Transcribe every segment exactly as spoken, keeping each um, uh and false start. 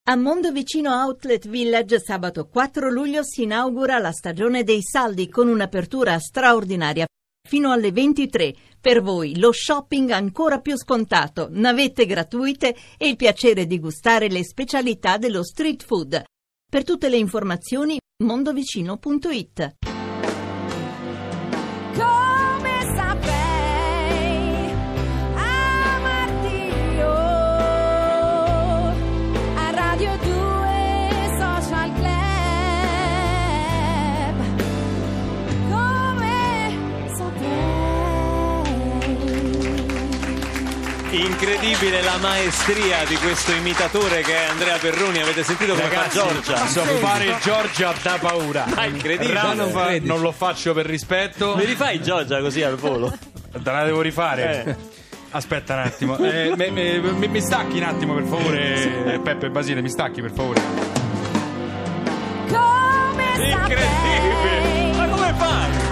A Mondovicino Outlet Village sabato quattro luglio si inaugura la stagione dei saldi con un'apertura straordinaria fino alle ventitré. Per voi lo shopping ancora più scontato, navette gratuite e il piacere di gustare le specialità dello street food. Per tutte le informazioni mondovicino punto it. Incredibile la maestria di questo imitatore che è Andrea Perroni. Avete sentito come Ragazzi, fa Giorgia? So fare Giorgia da paura. Ah, incredibile. Non, fa, non lo faccio per rispetto. Mi rifai Giorgia così al volo? Te la devo rifare. Eh. Aspetta un attimo. Eh, mi, mi, mi stacchi un attimo per favore. Sì. Peppe Basile, mi stacchi per favore. Incredibile. Ma come fai?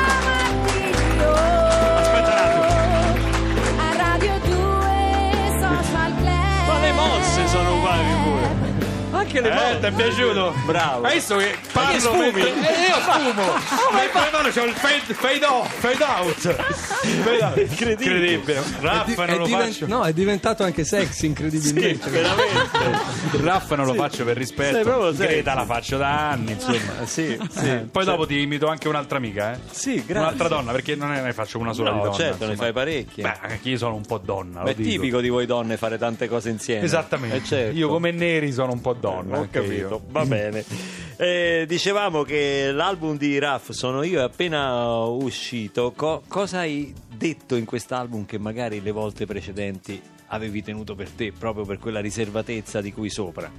Mosse sono uguali pure. Anche le mosse. Eh, ti è piaciuto? Bravo. Hai visto che parlo che spumi? mentre... Eh, io fumo. Mentre le mani c'ho il fade, fade off, fade out. Fade out. Incredibile. Incredibile. Raffa non è lo diven- faccio. No, è diventato anche sexy incredibilmente. Sì, veramente. Raffa non lo Sì. faccio per Sei rispetto. proprio sexy. Greta la faccio da anni, insomma. Sì, sì. Eh, Poi dopo ti imito anche un'altra amica, eh. Sì, grazie. Un'altra donna, perché non ne faccio una sola No, di donna. certo, ne insomma. fai parecchie. Beh, anche io sono un po' donna. Ma lo è dico. tipico di voi donne fare tante cose insieme. Esattamente. Eh, certo. Io come Neri sono un po' donna. Ho anche capito, io. va bene. Eh, dicevamo che l'album di Raff Sono Io è appena uscito. Co- cosa hai detto in quest'album che magari le volte precedenti avevi tenuto per te, proprio per quella riservatezza di cui sopra?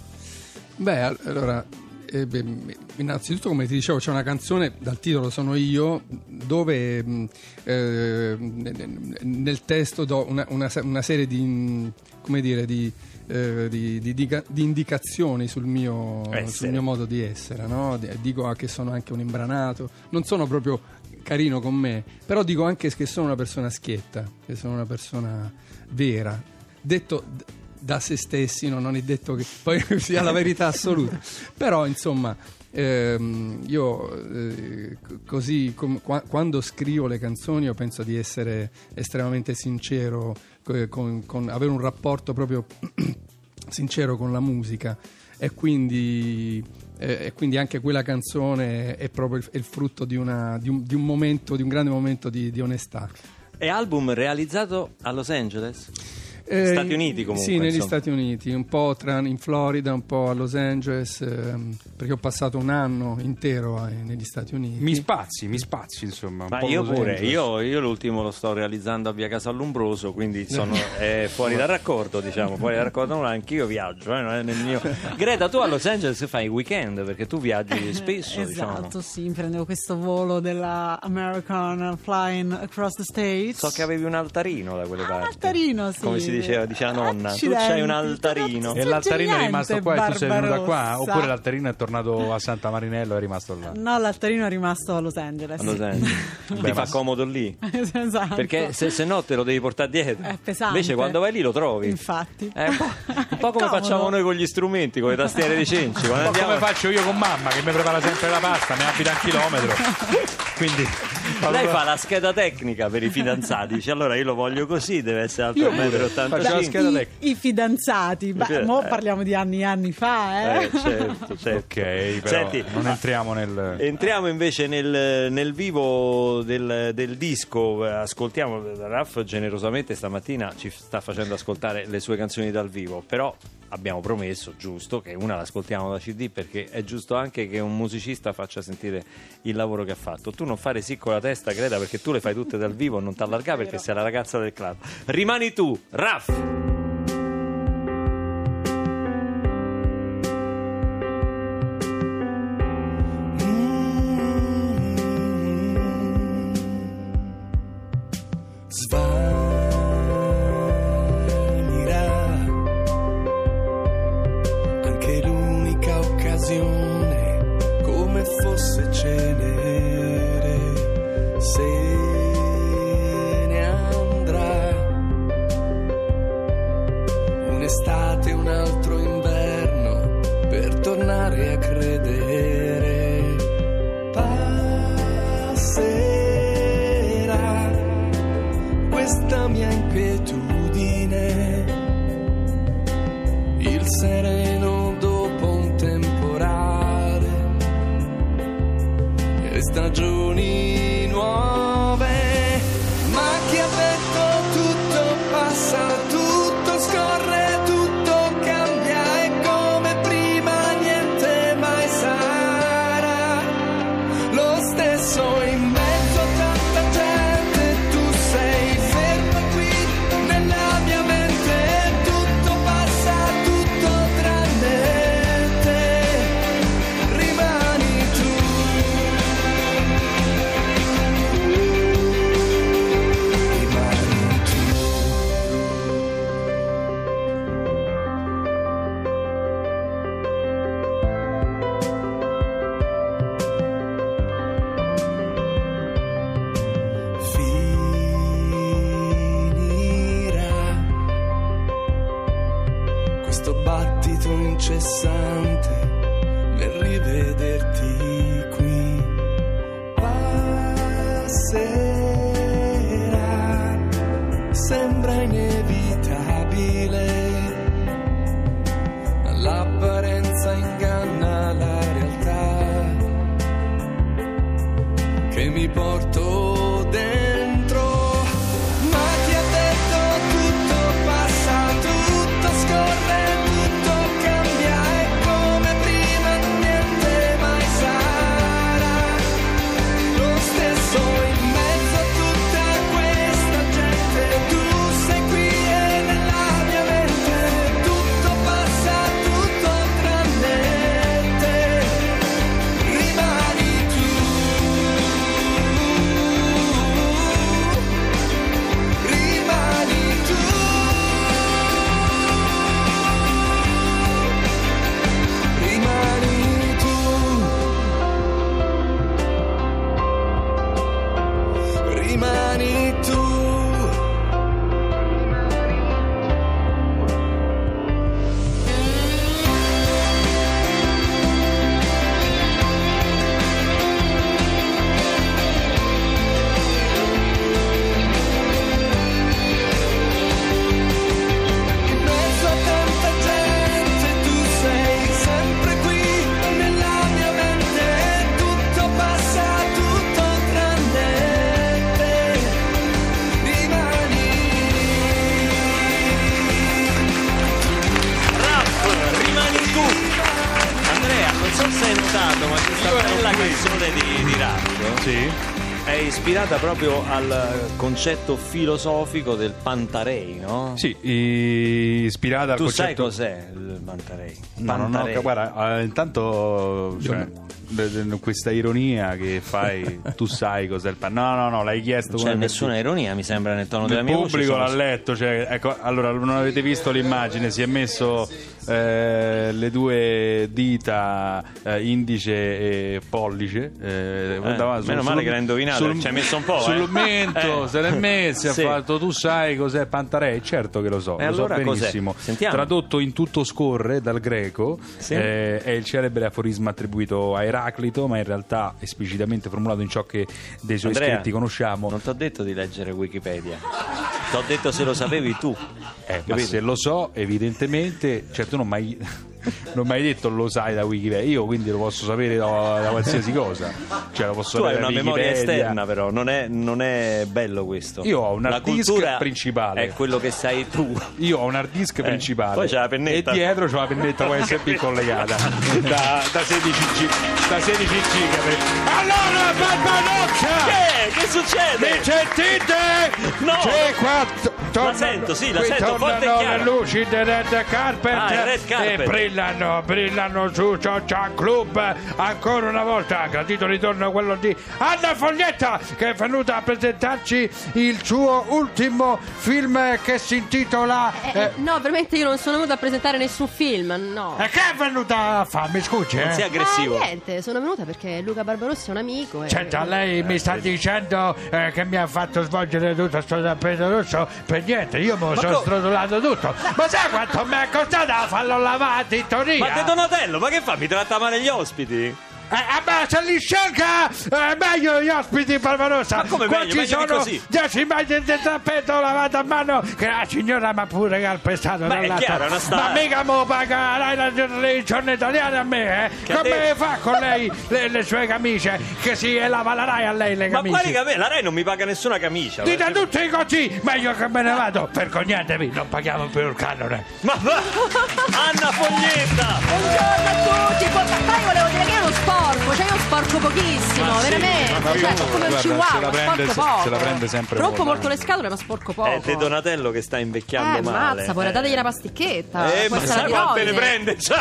Beh, allora, eh, beh, innanzitutto, come ti dicevo, c'è una canzone dal titolo Sono Io, dove mh, eh, nel testo do una, una, una serie di, mh, come dire, di, eh, di, di, di, di indicazioni sul mio, sul mio modo di essere, no? Dico che sono anche un imbranato, non sono proprio carino con me, però dico anche che sono una persona schietta, che sono una persona vera, detto da se stessi, no? Non è detto che poi sia la verità assoluta, però insomma ehm, io eh, così com- qua- quando scrivo le canzoni io penso di essere estremamente sincero, co- con, con avere un rapporto proprio sincero con la musica, e quindi e quindi anche quella canzone è proprio il, è il frutto di, una, di, un, di un momento, di un grande momento di, di onestà. È album realizzato a Los Angeles? Eh, Stati Uniti comunque. Sì, negli insomma. Stati Uniti, un po' tra, in Florida, un po' a Los Angeles, ehm, perché ho passato un anno intero eh, negli Stati Uniti. Mi spazi, mi spazi insomma. Un Ma po' io Los pure, Angeles. io, io l'ultimo lo sto realizzando a Via Casallumbroso, quindi sono è fuori dal raccordo, diciamo, fuori dal raccordo, ma anch'io viaggio, eh, non è nel mio. Greta, tu a Los Angeles fai i weekend, perché tu viaggi spesso, Esatto, diciamo. sì, prendevo questo volo della American Flying Across the States. So che avevi un altarino da quelle Ah, parti. un altarino, sì. Come si diceva, diceva nonna. Tu Accidenti, c'hai un altarino. E l'altarino è rimasto qua e tu sei venuta qua? Barbarossa. Oppure l'altarino è tornato a Santa Marinello e è rimasto là? No, l'altarino è rimasto a Los Angeles. A Los Angeles. Ti Beh, fa ma- comodo lì. Esatto. Perché se, se no te lo devi portare dietro. È pesante. Invece quando vai lì lo trovi. Infatti. È un po', un po' come Comodo. facciamo noi con gli strumenti, con le tastiere dei cenci. Un Quando po' andiamo... come faccio io con mamma che mi prepara sempre la pasta, mi abita un chilometro. Quindi Lei fa la scheda tecnica per i fidanzati, dice allora io lo voglio così, deve essere alto Io uno e pure. ottantacinque Faccio la scheda I, tecnica. I fidanzati, beh, Eh. mo parliamo di anni e anni fa, eh. Eh, certo, certo. ok, però Senti, non entriamo nel... entriamo invece nel, nel vivo del, del disco. Ascoltiamo, Raff generosamente stamattina ci sta facendo ascoltare le sue canzoni dal vivo, però abbiamo promesso, giusto, che una l'ascoltiamo da C D, perché è giusto anche che un musicista faccia sentire il lavoro che ha fatto. Tu non fare sì con la testa, Greta, perché tu le fai tutte dal vivo, non t'allargare perché sei la ragazza del club. Rimani tu, Raff. Svanirà anche l'unica occasione, come fosse cenere, se ne andrà un'estate, un altro inverno. tornare a credere. Passerà questa mia inquietudine, il sereno dopo un temporale e stagioni nuove. Ma chi ha detto tutto passa, tutto scorre, tutto cambia e come prima niente mai sarà lo stesso. In mezzo a tanta gente tu sei fermo qui nella mia mente, tutto passa, tutto tranne te, rimani tu. Rimani tu. Finirà questo battito incessante nel rivederti qui. Passerà, sembra inevitabile, l'apparenza inganna la realtà che mi porto dentro. Ma chi ha detto tutto passa, tutto scorre, tutto cambia e come prima niente mai sarà lo stesso. In mezzo a tutta questa gente tu sei qui e nella mia mente tutto passa, tutto tranne te, rimani tu. Rimani tu. Rimani tu. Rimani tu. In mezzo a tanta gente tu sei sempre qui nella mia mente, tutto passa, tutto tranne te, rimani. Raff, rimani tu. Andrea, non so se hai notato, ma questa bella canzone di, di Raff Sì. è ispirata proprio al concetto filosofico del Pantarei, no? Sì, i- ispirata al Tu sai concetto... cos'è il Pantarei? No, no, no, Pantarei. guarda, eh, intanto cioè, de- de- questa ironia che fai, tu sai cos'è il pan. No, no, no, l'hai chiesto Non come c'è per nessuna dire. ironia, mi sembra, nel tono della Il mia voce. pubblico sono- l'ha letto, cioè, ecco, allora non avete visto l'immagine, si è messo eh, le due dita eh, indice e pollice eh, andava meno male che l'hai indovinato, ci hai messo un po', sul eh. mento Eh. se l'è messo, Sì. ha fatto tu sai cos'è Pantarei, certo che lo so, E lo allora so cos'è? benissimo. Sentiamo. Tradotto in tutto scorre dal greco, Sì. eh, è il celebre aforisma attribuito a Eraclito, ma in realtà esplicitamente formulato in ciò che dei suoi Andrea, scritti conosciamo. non ti ho detto di leggere Wikipedia, ti ho detto se lo sapevi tu. Eh, ma capito? se lo so, evidentemente, cioè tu non mai, non mi hai detto lo sai da Wikipedia, io quindi lo posso sapere da, da qualsiasi cosa, cioè lo posso Tu hai sapere una da memoria Wikipedia. esterna, però non è, non è bello questo. Io ho un La hard disk cultura principale. è quello che sai tu. Io ho un hard disk principale, poi c'è la pennetta. e dietro c'è la pennetta U S B collegata da, da sedici G da sedici giga. Allora Barbanoccia, Che? Che succede? mi sentite? No. C'è qua t- torna- sento, sì, la qui sento forte e tornano chiara. le luci del Red Carpet, Ah, il Red Carpet. e brillano, brillano su Social Club ancora una volta. Gradito ritorno quello di Anna Foglietta, che è venuta a presentarci il suo ultimo film che si intitola Eh, eh, no, veramente io non sono venuta a presentare nessun film, no. e che è venuta a fare? Mi scusi, Non sia eh? aggressivo. Ah, niente, sono venuta perché Luca Barbarossa è un amico. E... Senta, lei mi sta dicendo eh, che mi ha fatto svolgere tutto questo tappeto rosso per niente, io me lo sono co- strodolato tutto. Ma sai quanto mi è costato a farlo lavare in tintoria? Ma De Donatello, ma che fa? Mi tratta male gli ospiti? Eh, eh, se li scelga eh, meglio gli ospiti Barbarossa. Ma come qua meglio? ci Meglio di sono così. dieci metri di tappeto lavato a mano che la signora mi ha pure calpestato Ma è dall'alto. chiaro, è una star. Ma mica mo paga la, la religione italiana a me, eh? Che a Come te- fa con lei le, le sue camicie? Che si lava la Rai a lei le Ma camicie? quali camicie? La Rai non mi paga nessuna camicia. Dite perché- tutti così, meglio che me ne vado. Vergognatevi, non paghiamo più il canone. Ma va! Anna Foglietta! Buongiorno a tutti. Poi poi volevo dire che io non sporco, cioè io sporco pochissimo, Ma sì, veramente. ma Cioè, figurati. come un Guarda, chihuahua, se la prende- sporco se- poco. se la prende sempre Rompo molto. molto le scatole, ma sporco poco. È De Donatello che sta invecchiando Eh, male. mazza, poi Eh. dategli una pasticchetta. Eh, ma Questa è sai la quante ne tiroide. prende? Cioè-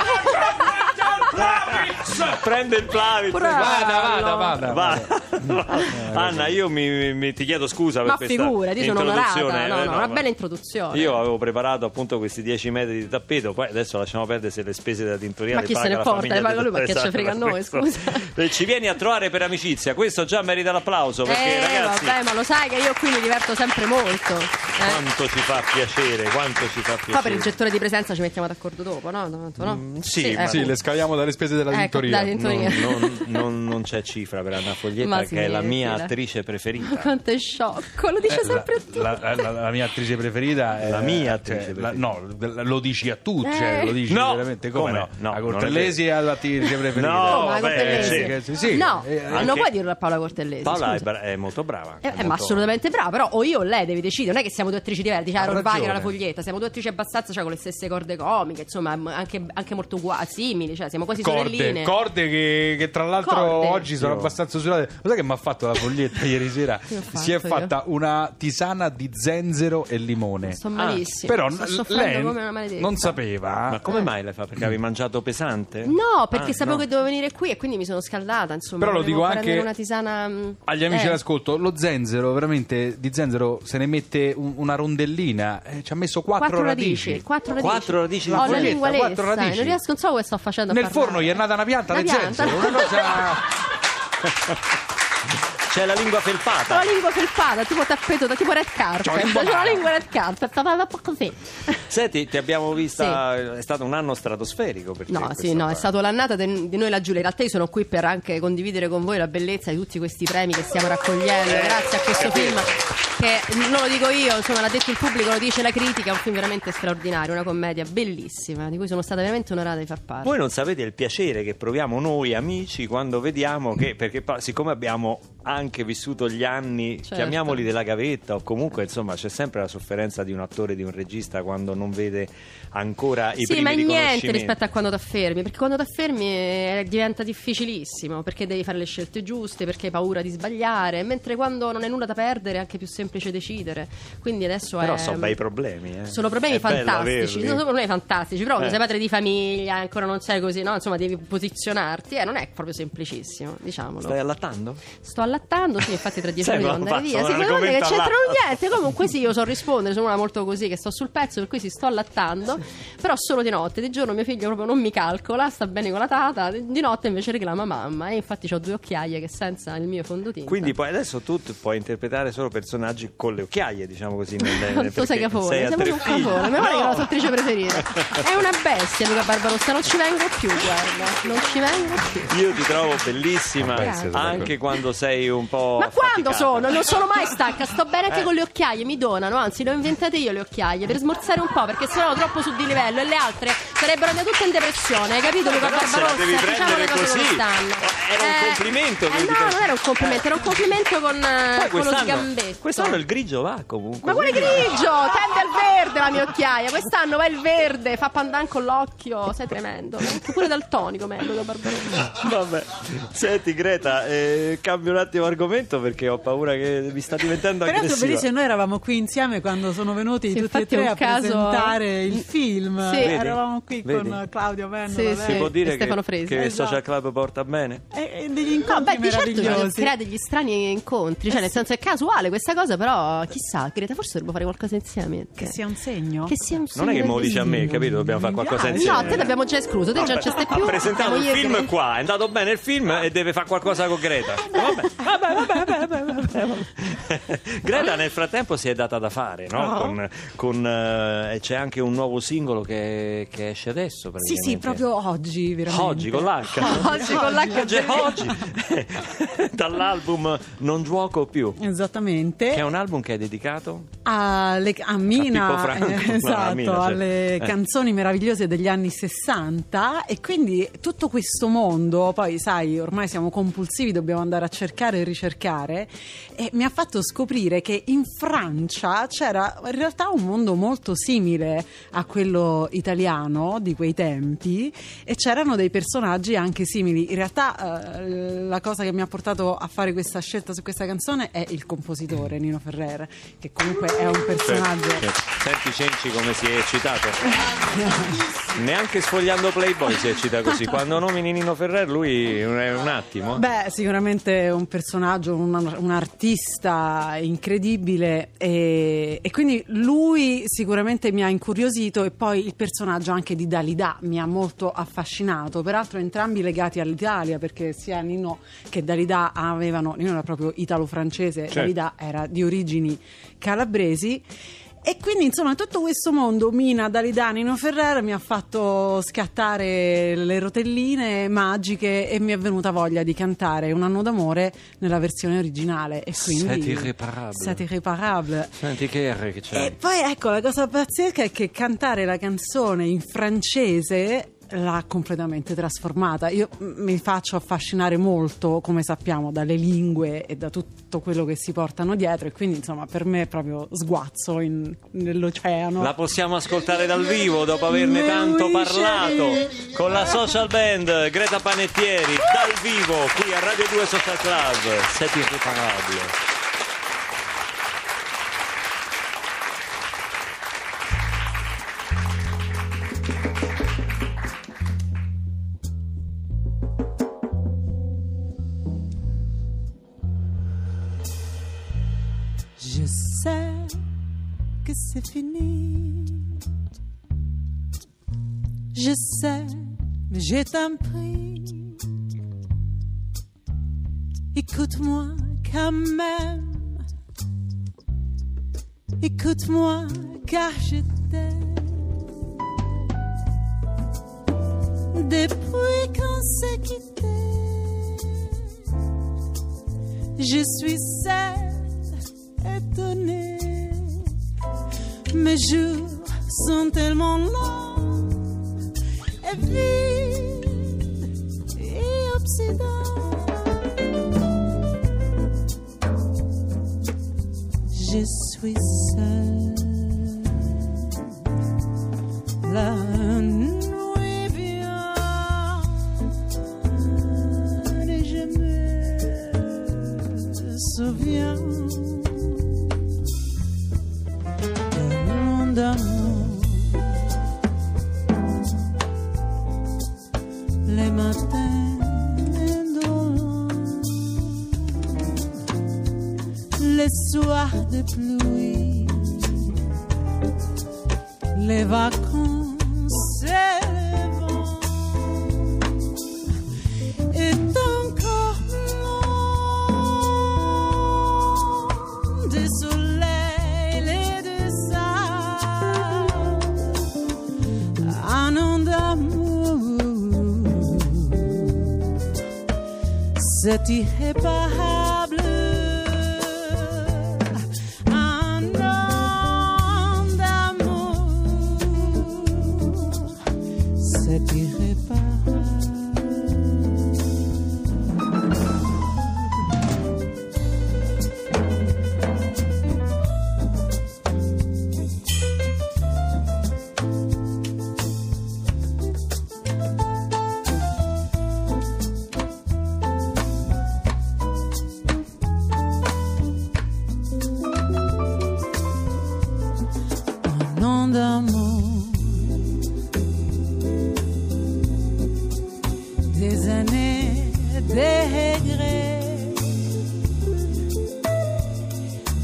Prende il Plavix. Pure- Vada, vada, vada. Va. Anna, io mi, mi- ti chiedo scusa per Ma questa figurati, io sono introduzione. onorata. No, Eh, no, una ma- bella introduzione. Io avevo preparato appunto questi dieci metri di tappeto, poi adesso lasciamo perdere se le spese della tintoria Ma le chi se paga ne la importa, famiglia le paga di- lui, ma che ce Esatto, frega a noi, questo. scusa. Eh, Ci vieni a trovare per amicizia, questo già merita l'applauso perché eh, ragazzi vabbè, ma lo sai che io qui mi diverto sempre molto. Eh? quanto ci fa piacere, quanto ci fa piacere. Poi per il gettore di presenza ci mettiamo d'accordo dopo, no? Tanto, no? Mm, sì, ma- ecco. Sì, le scaviamo dalle spese della Ecco, tintoria. dai, tintoria. non, non- non- non c'è cifra per Anna Foglietta Ma che è la mia smettila. attrice preferita. Ma quanto è sciocco, lo dice Eh, sempre a tutti. la, la- la- la mia attrice preferita è La mia attrice cioè, preferita. la- no, lo dici a tutti, Eh. cioè, lo dici No, veramente come, come no? no? La Non è Cortellesi è l'attrice preferita. No, Oh, ma la vabbè, Cortellesi. sì, sì, sì. No, Eh, non anche- puoi dirlo a Paola Cortellesi. Paola è, scusa. bra- è molto brava. Eh, è eh, ma molto- assolutamente brava, però o io o lei devi decidere, non è che siamo due attrici diverse, cioè Ha Aaron Wagner e la ragione. Foglietta, siamo due attrici abbastanza, cioè con le stesse corde comiche, insomma, m- anche, anche molto uguali, simili, cioè siamo quasi Corde, sorelline. corde che, che tra l'altro Corde. oggi sono abbastanza usurate. Lo sai che mi ha fatto la Foglietta ieri sera? Che ho fatto Si è io? fatta una tisana di zenzero e limone. Sto malissimo, Però sto n- soffrendo lei come una maledetta. non sapeva. Ma come mai le fa? Perché avevi mangiato pesante? No, perché Ah, sapevo no. che dovevo venire qui e quindi mi sono scaldata, insomma. Però lo volevo dico prendere anche una tisana mm, agli amici eh. d'ascolto, lo zenzero veramente di zenzero se ne mette un- una rondellina, eh, ci ha messo quattro, Quattro radici, quattro radici. Quattro radici di Ho la Foglietta, lingua quattro lessa, radici. non riesco, non so come sto facendo a Nel parlare. forno gli è nata una pianta Una di pianta. zenzero, una cosa. C'è la lingua Ho felpata. la lingua felpata, tipo tappeto, tipo red carpet. C'ho la lingua C'ho la male. lingua red carpet, parlava un po' così. Senti, ti abbiamo vista, è stato un anno stratosferico per te. No, questa sì, no, qua. è stata l'annata de- di noi la Giulia. In realtà io sono qui per anche condividere con voi la bellezza di tutti questi premi che stiamo raccogliendo. Grazie a questo film che non lo dico io, insomma, l'ha detto il pubblico, lo dice la critica, è un film veramente straordinario, una commedia bellissima, di cui sono stata veramente onorata di far parte. Voi non sapete il piacere che proviamo noi amici quando vediamo che, perché poi, siccome abbiamo anche vissuto gli anni, Certo. chiamiamoli della gavetta o comunque insomma c'è sempre la sofferenza di un attore, di un regista quando non vede ancora i Sì, primi ma è niente riconoscimenti. rispetto a quando ti affermi, perché quando ti affermi eh, diventa difficilissimo, perché devi fare le scelte giuste, perché hai paura di sbagliare, mentre quando non hai nulla da perdere è anche più semplice decidere. Quindi adesso Però è... sono bei problemi, eh. Sono problemi È bello fantastici, averli. sono problemi fantastici, però quando Eh. sei padre di famiglia, ancora non sei così, no? Insomma, devi posizionarti, eh, non è proprio semplicissimo, diciamolo. Stai allattando? Sto allattando, sì, infatti tra dieci Sai, anni devo ma andare faccio via. Sì, un ma non è che argomento c'entrano alla- niente. Comunque sì, io so rispondere, sono una molto così che sto sul pezzo, per cui si sto allattando, però solo di notte. Di giorno mio figlio proprio non mi calcola, sta bene con la tata, di notte invece reclama mamma. E infatti ho due occhiaie che senza il mio fondotinta. Quindi poi adesso tu t- puoi interpretare solo personaggi con le occhiaie, diciamo così. Nelle, Quanto sei perché cafone, sei a sei tre proprio un figli. cafone, meno male che è No! la tua attrice preferita. È una bestia Luca Barbarossa, non ci vengo più, guarda, non ci vengo più. Io ti trovo bellissima Grazie. anche quando sei un po'. Ma quando affaticata. sono? Non sono mai stanca, sto bene anche Eh. con le occhiaie, mi donano, anzi le ho inventate io le occhiaie per smorzare un po', perché sennò troppo su di livello e le altre sarebbero andate tutte in depressione, hai capito Luca Però se la Barbarossa? devi Diciamo le prendere cose così. come stanno. Era un complimento che Eh ti no, per- non era un complimento, era un complimento con, eh, Poi con lo quest'anno, sgambetto. quest'anno il grigio va comunque. Ma quale grigio? Tende al verde la mia occhiaia. Quest'anno va il verde, fa pandan con l'occhio. Sei tremendo. Anche pure daltonico, me, Luca Barbarossa. Vabbè, senti Greta, eh, cambio un attimo argomento perché ho paura che mi sta diventando Peraltro aggressiva. bellissimo, noi eravamo qui insieme quando sono venuti Sì, tutti e infatti è tre un a caso- presentare il film. Sì. Eravamo qui Vedi? con Claudio Vendola. Sì, lei. sì. Si può dire E Stefano che, Fresi. che il Esatto. social club porta bene? E, e degli No, incontri beh, di certo ci meravigliosi. crea degli strani incontri, cioè nel senso è casuale questa cosa, però chissà, Greta, forse dovremmo fare qualcosa insieme. Che sia un segno. Che sia un Non è che me lo dice a me, segno. capito? Dobbiamo fare qualcosa No, insieme. No, te l'abbiamo già escluso, te già non ci stai Ha più. presentato siamo il io e film Greta. qua, è andato bene il film e deve fare qualcosa con Greta. Vabbè, vabbè, vabbè, vabbè, vabbè, vabbè. Greta nel frattempo si è data da fare, no? Oh. Con, con, eh, c'è anche un nuovo singolo che, che esce adesso. Sì, sì, praticamente. proprio oggi, veramente. Oggi con l'H. Oggi con l'H. Oggi, oggi. Dall'album Non giuoco più. Esattamente. Che è un album che è dedicato alle, a Mina, Pippo Franco. eh, No, a esatto, Mina, certo. alle Eh. canzoni meravigliose degli anni sessanta, e quindi tutto questo mondo, poi sai, ormai siamo compulsivi, dobbiamo andare a cercare e ricercare, e mi ha fatto scoprire che in Francia c'era in realtà un mondo molto simile a quello italiano di quei tempi, e c'erano dei personaggi anche simili. In realtà eh, la cosa che mi ha portato a fare questa scelta su questa canzone è il compositore Nino Ferrer, che comunque è un personaggio. Certo, certo. Senti Cenci come si è eccitato. Neanche sfogliando Playboy si eccita così. Quando nomini Nino Ferrer lui è un attimo. Beh, sicuramente un personaggio, un, un artista incredibile, e, e quindi lui sicuramente mi ha incuriosito, e poi il personaggio anche di Dalida mi ha molto affascinato, peraltro entrambi legati all'Italia, perché sia Nino che Dalida avevano, Nino era proprio italo-francese, Certo. Dalida era di origini calabresi. E quindi insomma tutto questo mondo, Mina, Dalida, Nino Ferrer, mi ha fatto scattare le rotelline magiche, e mi è venuta voglia di cantare Un anno d'amore nella versione originale, e quindi C'est irréparable. C'est irréparable. Senti che R che c'è. E poi ecco, la cosa pazzesca è che cantare la canzone in francese l'ha completamente trasformata. Io m- mi faccio affascinare molto, come sappiamo, dalle lingue e da tutto quello che si portano dietro, e quindi insomma per me è proprio sguazzo in- nell'oceano. La possiamo ascoltare dal vivo dopo averne tanto parlato con la social band Greta Panettieri dal vivo qui a Radio due Social Club. C'est irréparable. Je sais que c'est fini. Je sais, mais je t'en prie. Écoute-moi quand même. Écoute-moi car je t'aime. Depuis qu'on s'est quitté, je suis seule, étonnée. Mes jours sont tellement longs et vides et obsédants. Je suis seule. La nuit vient et je me souviens de mon amour. Les matins indolents, les soirs de pluie, les vacances et le vent est encore long des soleils et de sable, un an d'amour, c'est irréparable. Un an d'amour, c'est irréparable.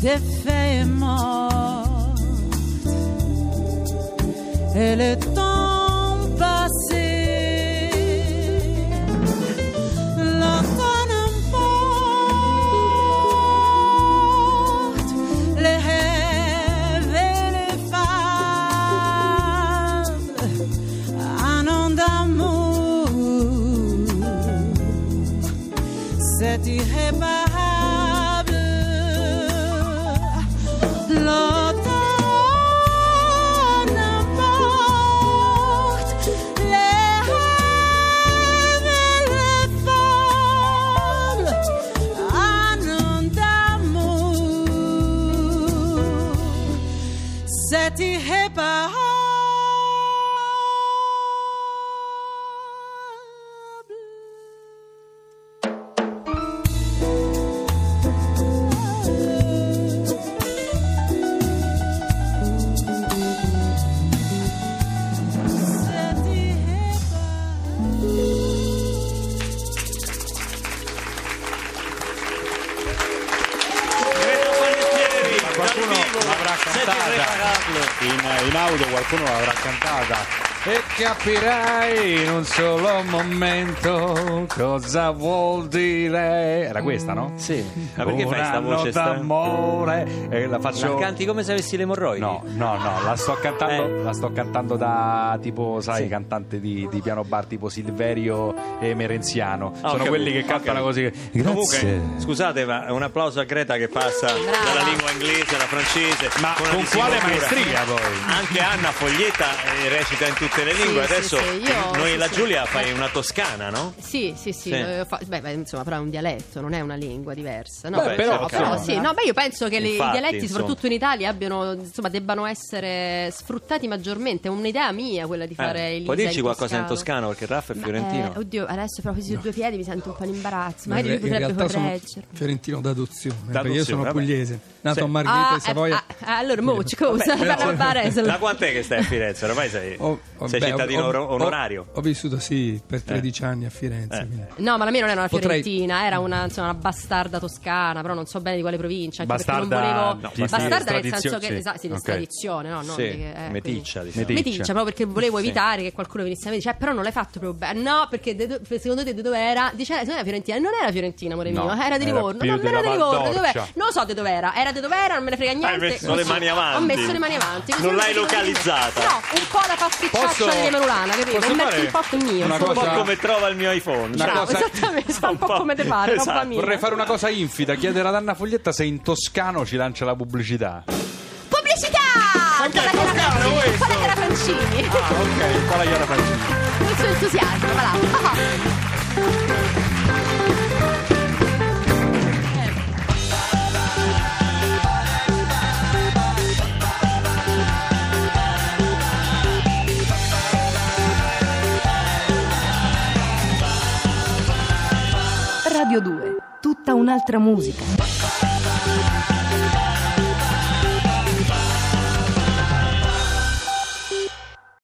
des feuilles mortes et le temps passé. L'automne emporte les rêves et les fables, un an d'amour, c'est irréparable. L'automne emporte les rêves et les fables, un an d'amour, c'est irréparable. Qualcuno l'avrà cantata in, in auto, qualcuno l'avrà cantata e capirai in un solo momento cosa vuol dire. Era questa, no? Sì. Ma perché un fai sta anno voce strana? d'amore e la faccio. La canti come se avessi le emorroidi? No, no, no, la sto cantando, Eh. la sto cantando da tipo, sai, Sì. cantante di, di piano bar tipo Silverio e Merenziano. Ah, ho Sono capito, quelli che ho cantano capito. così. Grazie. Comunque, scusate, ma un applauso a Greta che passa dalla lingua inglese alla francese. Ma una con quale disinvoltura. maestria poi? Anche Anna Foglietta eh, recita in tutte le Sì, lingue. sì, Adesso sì, io- noi sì, la sì. Giulia fai una toscana, no? Sì, sì, sì, Sì. eh, fa- beh, beh, insomma, però è un dialetto, non è una lingua diversa. No, Vabbè, però- no, certo. però sì, no, beh, io penso che le- Infatti, i dialetti, insomma. soprattutto in Italia, abbiano, insomma, debbano essere sfruttati maggiormente. È un'idea mia quella di fare Eh, il puoi dirci in qualcosa in toscano perché Raff è Ma, fiorentino. eh, oddio, adesso proprio sui due piedi mi sento un po' in imbarazzo. Magari in lui potrebbe realtà sono correggermi. fiorentino d'adozione, perché io D'adozione, sono vabbè. pugliese, nato Sì. a Margherita Ah, di Savoia. eh, ah, allora, mo, scusa, parla a Varese. Da quant'è che stai a Firenze? Ormai sei, Ho- ho- sei beh, cittadino ho- oro- ho- onorario. Ho, vissuto sì per tredici anni a Firenze. Eh. quindi. No, ma la mia non era una Potrei- fiorentina, era una, insomma, una bastarda toscana, però non so bene di quale provincia. Anche Bastarda- perché non volevo. no, sì, bastarda sì, nel senso tradizio- che. sì, Esatto, sì, di ok. tradizione, no? Non Sì, di che- eh, meticcia, quindi- diciamo. Meticcia. Meticcia, proprio perché volevo Sì. evitare che qualcuno venisse a me e dice, eh, però non l'hai fatto proprio bene. No, perché de- secondo te di dove era? Dice, eh, secondo me era fiorentina. Non era fiorentina, amore No, mio, era di era Livorno. più Non era della di Livorno, di Valdorcia. dov'era? Non lo so di dove era. Era di dove era, non me ne frega niente. messo Così. le mani avanti. Ho messo le mani avanti. Così Non mi l'hai dicono di- localizzata. No, un po' la pasticciaccia Posso- di Emanulana, capito? posso Un fare melting pot mio. una Un po' cosa- come trova il mio iPhone. Una Bravo, cosa- esattamente, sta un po' come te pare, roba Esatto. mia. Vorrei fare una cosa infida, chiedere ad Anna Foglietta se in toscano ci lancia la pubblicità. Pubblicità! Ma che Con la Chiara toscano Francini, questo? con la Chiara Francini. Ah, ok, qua la Chiara Francini. Il suo entusiasmo, va là. Radio due, tutta un'altra musica.